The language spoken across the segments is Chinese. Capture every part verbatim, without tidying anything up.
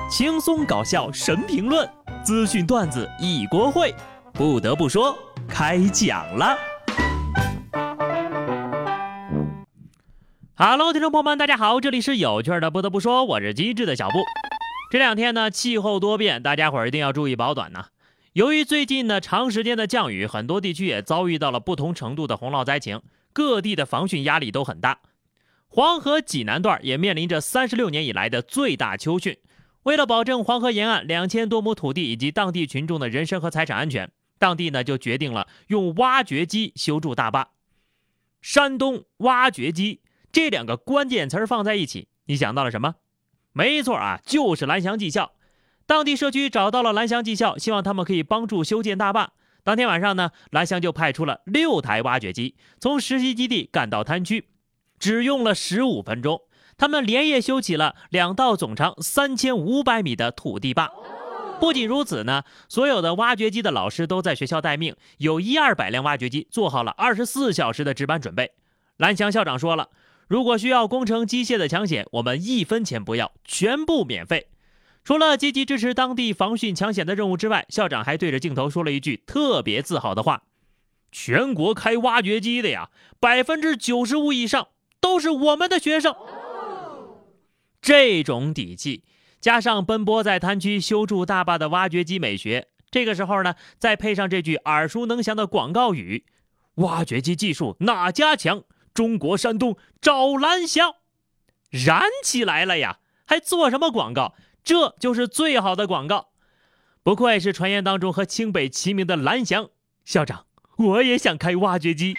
轻松搞笑神评论，资讯段子一锅烩。不得不说，开讲了。Hello， 听众朋友们，大家好，这里是有趣的。不得不说，我是机智的小布。这两天呢，气候多变，大家伙儿一定要注意保暖呢。由于最近呢长时间的降雨，很多地区也遭遇到了不同程度的洪涝灾情，各地的防汛压力都很大。黄河济南段也面临着三十六年以来的最大秋汛。为了保证黄河沿岸两千多亩土地以及当地群众的人身和财产安全，当地呢就决定了用挖掘机修筑大坝。山东挖掘机这两个关键词放在一起，你想到了什么？没错啊，就是蓝翔技校。当地社区找到了蓝翔技校，希望他们可以帮助修建大坝。当天晚上呢，蓝翔就派出了六台挖掘机，从实习基地赶到滩区，只用了十五分钟。他们连夜修起了两道总长三千五百米的土地坝。不仅如此呢，所有的挖掘机的老师都在学校待命，有一二百辆挖掘机做好了二十四小时的值班准备。蓝翔校长说了，如果需要工程机械的抢险，我们一分钱不要，全部免费。除了积极支持当地防汛抢险的任务之外，校长还对着镜头说了一句特别自豪的话：全国开挖掘机的呀，百分之九十五以上都是我们的学生。这种底气，加上奔波在滩区修筑大坝的挖掘机美学，这个时候呢，再配上这句耳熟能详的广告语：挖掘机技术哪家强？中国山东找蓝翔，燃起来了呀！还做什么广告？这就是最好的广告。不愧是传言当中和清北齐名的蓝翔校长，我也想开挖掘机。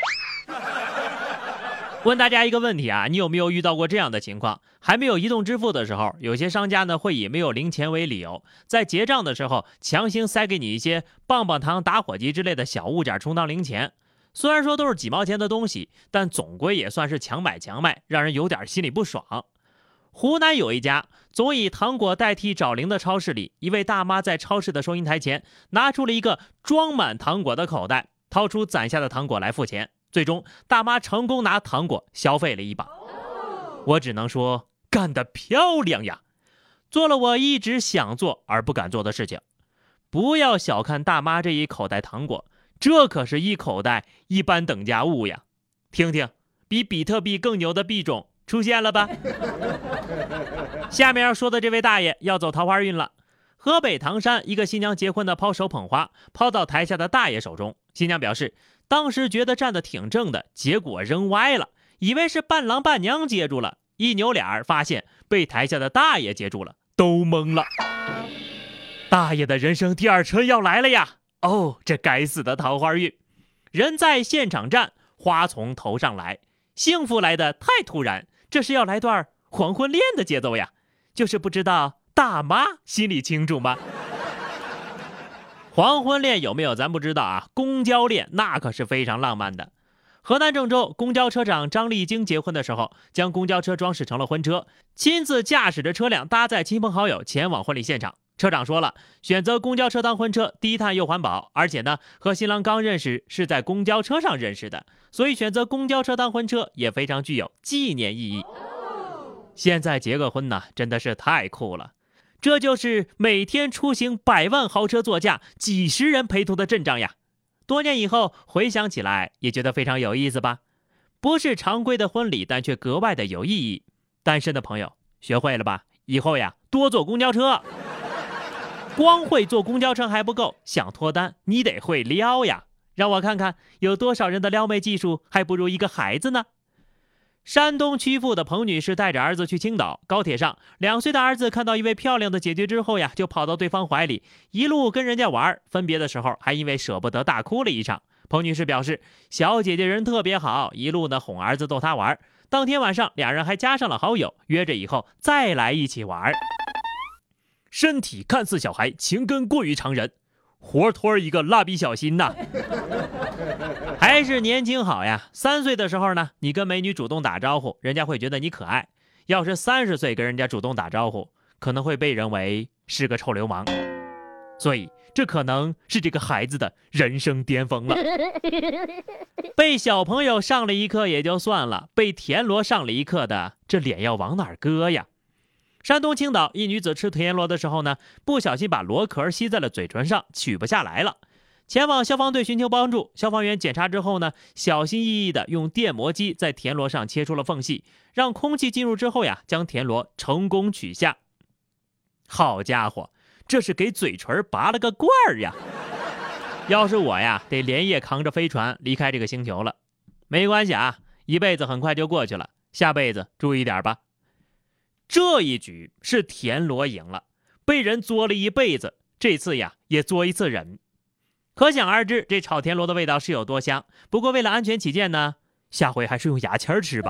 问大家一个问题啊，你有没有遇到过这样的情况？还没有移动支付的时候，有些商家呢会以没有零钱为理由，在结账的时候强行塞给你一些棒棒糖、打火机之类的小物件充当零钱。虽然说都是几毛钱的东西，但总归也算是强买强卖，让人有点心里不爽。湖南有一家总以糖果代替找零的超市里，一位大妈在超市的收银台前拿出了一个装满糖果的口袋，掏出攒下的糖果来付钱。最终大妈成功拿糖果消费了一把。我只能说干得漂亮呀，做了我一直想做而不敢做的事情。不要小看大妈这一口袋糖果，这可是一口袋一般等价物呀。听听，比比特币更牛的币种出现了吧？下面要说的这位大爷要走桃花运了。河北唐山一个新娘结婚的抛手捧花，抛到台下的大爷手中。新娘表示，当时觉得站得挺正的，结果扔歪了，以为是伴郎伴娘接住了，一扭脸发现被台下的大爷接住了，都懵了。大爷的人生第二春要来了呀！哦，这该死的桃花运，人在现场站，花从头上来，幸福来得太突然，这是要来段黄昏恋的节奏呀，就是不知道大妈心里清楚吗？黄昏恋有没有咱不知道啊，公交恋那可是非常浪漫的。河南郑州公交车长张丽晶结婚的时候，将公交车装饰成了婚车，亲自驾驶着车辆搭载亲朋好友前往婚礼现场。车长说了，选择公交车当婚车，低碳又环保，而且呢，和新郎刚认识是在公交车上认识的，所以选择公交车当婚车也非常具有纪念意义。现在结个婚呢，真的是太酷了。这就是每天出行百万豪车座驾，几十人陪同的阵仗呀！多年以后回想起来，也觉得非常有意思吧？不是常规的婚礼，但却格外的有意义。单身的朋友学会了吧？以后呀，多坐公交车。光会坐公交车还不够，想脱单你得会撩呀！让我看看有多少人的撩妹技术还不如一个孩子呢？山东曲阜的彭女士带着儿子去青岛，高铁上，两岁的儿子看到一位漂亮的姐姐之后呀，就跑到对方怀里，一路跟人家玩，分别的时候还因为舍不得大哭了一场。彭女士表示，小姐姐人特别好，一路呢哄儿子逗他玩。当天晚上，两人还加上了好友，约着以后再来一起玩。身体看似小孩，情根过于常人，活脱一个蜡笔小新呐！还是年轻好呀！三岁的时候呢，你跟美女主动打招呼，人家会觉得你可爱；要是三十岁跟人家主动打招呼，可能会被认为是个臭流氓。所以，这可能是这个孩子的人生巅峰了。被小朋友上了一课也就算了，被田螺上了一课的，这脸要往哪儿搁呀？ 山东青岛一女子吃田螺的时候呢，不小心把螺壳吸在了嘴唇上，取不下来了。前往消防队寻求帮助，消防员检查之后呢，小心翼翼地用电磨机在田螺上切出了缝隙，让空气进入之后呀，将田螺成功取下。好家伙，这是给嘴唇拔了个罐儿呀！要是我呀，得连夜扛着飞船离开这个星球了。没关系啊，一辈子很快就过去了，下辈子注意点吧。这一局是田螺赢了，被人作了一辈子，这次呀也作一次人。可想而知，这炒田螺的味道是有多香。不过为了安全起见呢，下回还是用牙签吃吧。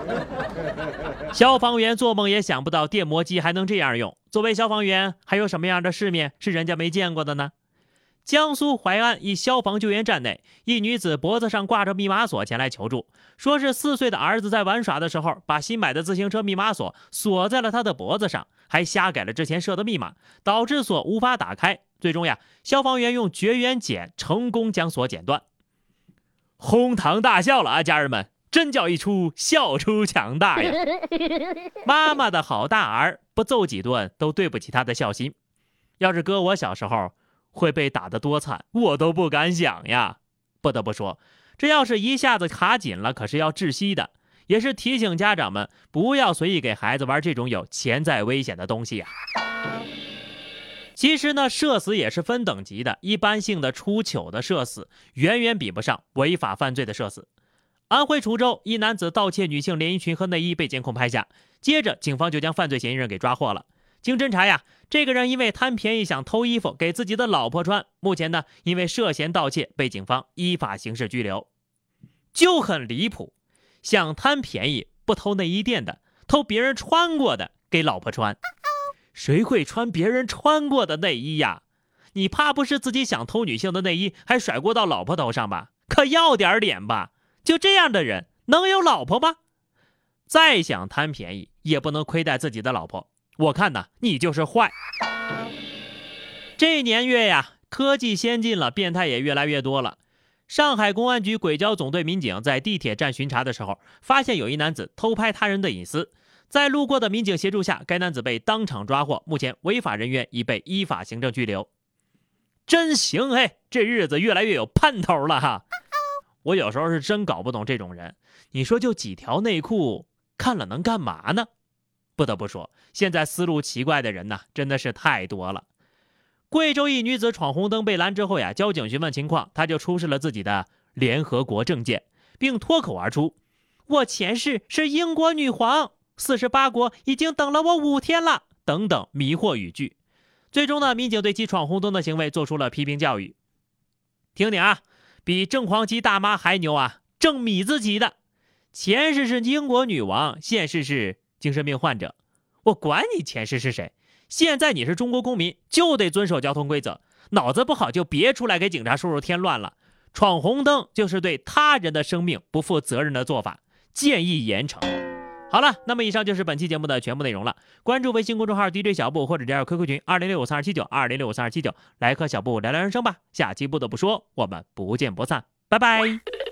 消防员做梦也想不到电磨机还能这样用。作为消防员，还有什么样的世面是人家没见过的呢？江苏淮安一消防救援站内，一女子脖子上挂着密码锁前来求助，说是四岁的儿子在玩耍的时候，把新买的自行车密码锁锁在了他的脖子上，还瞎改了之前设的密码，导致锁无法打开。最终呀，消防员用绝缘剪成功将锁剪断。哄堂大笑了啊，家人们，真叫一出笑出强大呀！妈妈的好大儿，不揍几顿都对不起他的孝心。要是搁我小时候，会被打得多惨，我都不敢想呀。不得不说，这要是一下子卡紧了，可是要窒息的。也是提醒家长们不要随意给孩子玩这种有潜在危险的东西呀。其实呢，社死也是分等级的，一般性的出糗的社死远远比不上违法犯罪的社死。安徽滁州一男子盗窃女性连衣裙和内衣被监控拍下，接着警方就将犯罪嫌疑人给抓获了。经侦查呀，这个人因为贪便宜想偷衣服给自己的老婆穿，目前呢因为涉嫌盗窃被警方依法刑事拘留。就很离谱，想贪便宜不偷内衣店的，偷别人穿过的给老婆穿。谁会穿别人穿过的内衣呀？你怕不是自己想偷女性的内衣还甩锅到老婆头上吧？可要点脸吧，就这样的人能有老婆吗？再想贪便宜也不能亏待自己的老婆，我看呐，你就是坏。这年月呀，科技先进了，变态也越来越多了。上海公安局轨交总队民警在地铁站巡查的时候，发现有一男子偷拍他人的隐私，在路过的民警协助下，该男子被当场抓获，目前违法人员已被依法行政拘留。真行嘿，这日子越来越有盼头了哈。我有时候是真搞不懂这种人，你说就几条内裤，看了能干嘛呢？不得不说，现在思路奇怪的人呢，真的是太多了。贵州一女子闯红灯被拦之后呀，交警询问情况，她就出示了自己的联合国证件，并脱口而出：“我前世是英国女皇，四十八国已经等了我五天了。”等等迷惑语句。最终呢，民警对其闯红灯的行为做出了批评教育。听听啊，比正黄旗大妈还牛啊，正米字旗的，前世是英国女王，现世是精神病患者。我管你前世是谁，现在你是中国公民，就得遵守交通规则，脑子不好就别出来给警察叔叔添乱了。闯红灯就是对他人的生命不负责任的做法，建议严惩。好了，那么以上就是本期节目的全部内容了。关注微信公众号 D J 小布，或者加入 Q Q 群二零六五三二七九二零六五三二七九，来和小布聊聊人生吧。下期不得不说，我们不见不散，拜拜。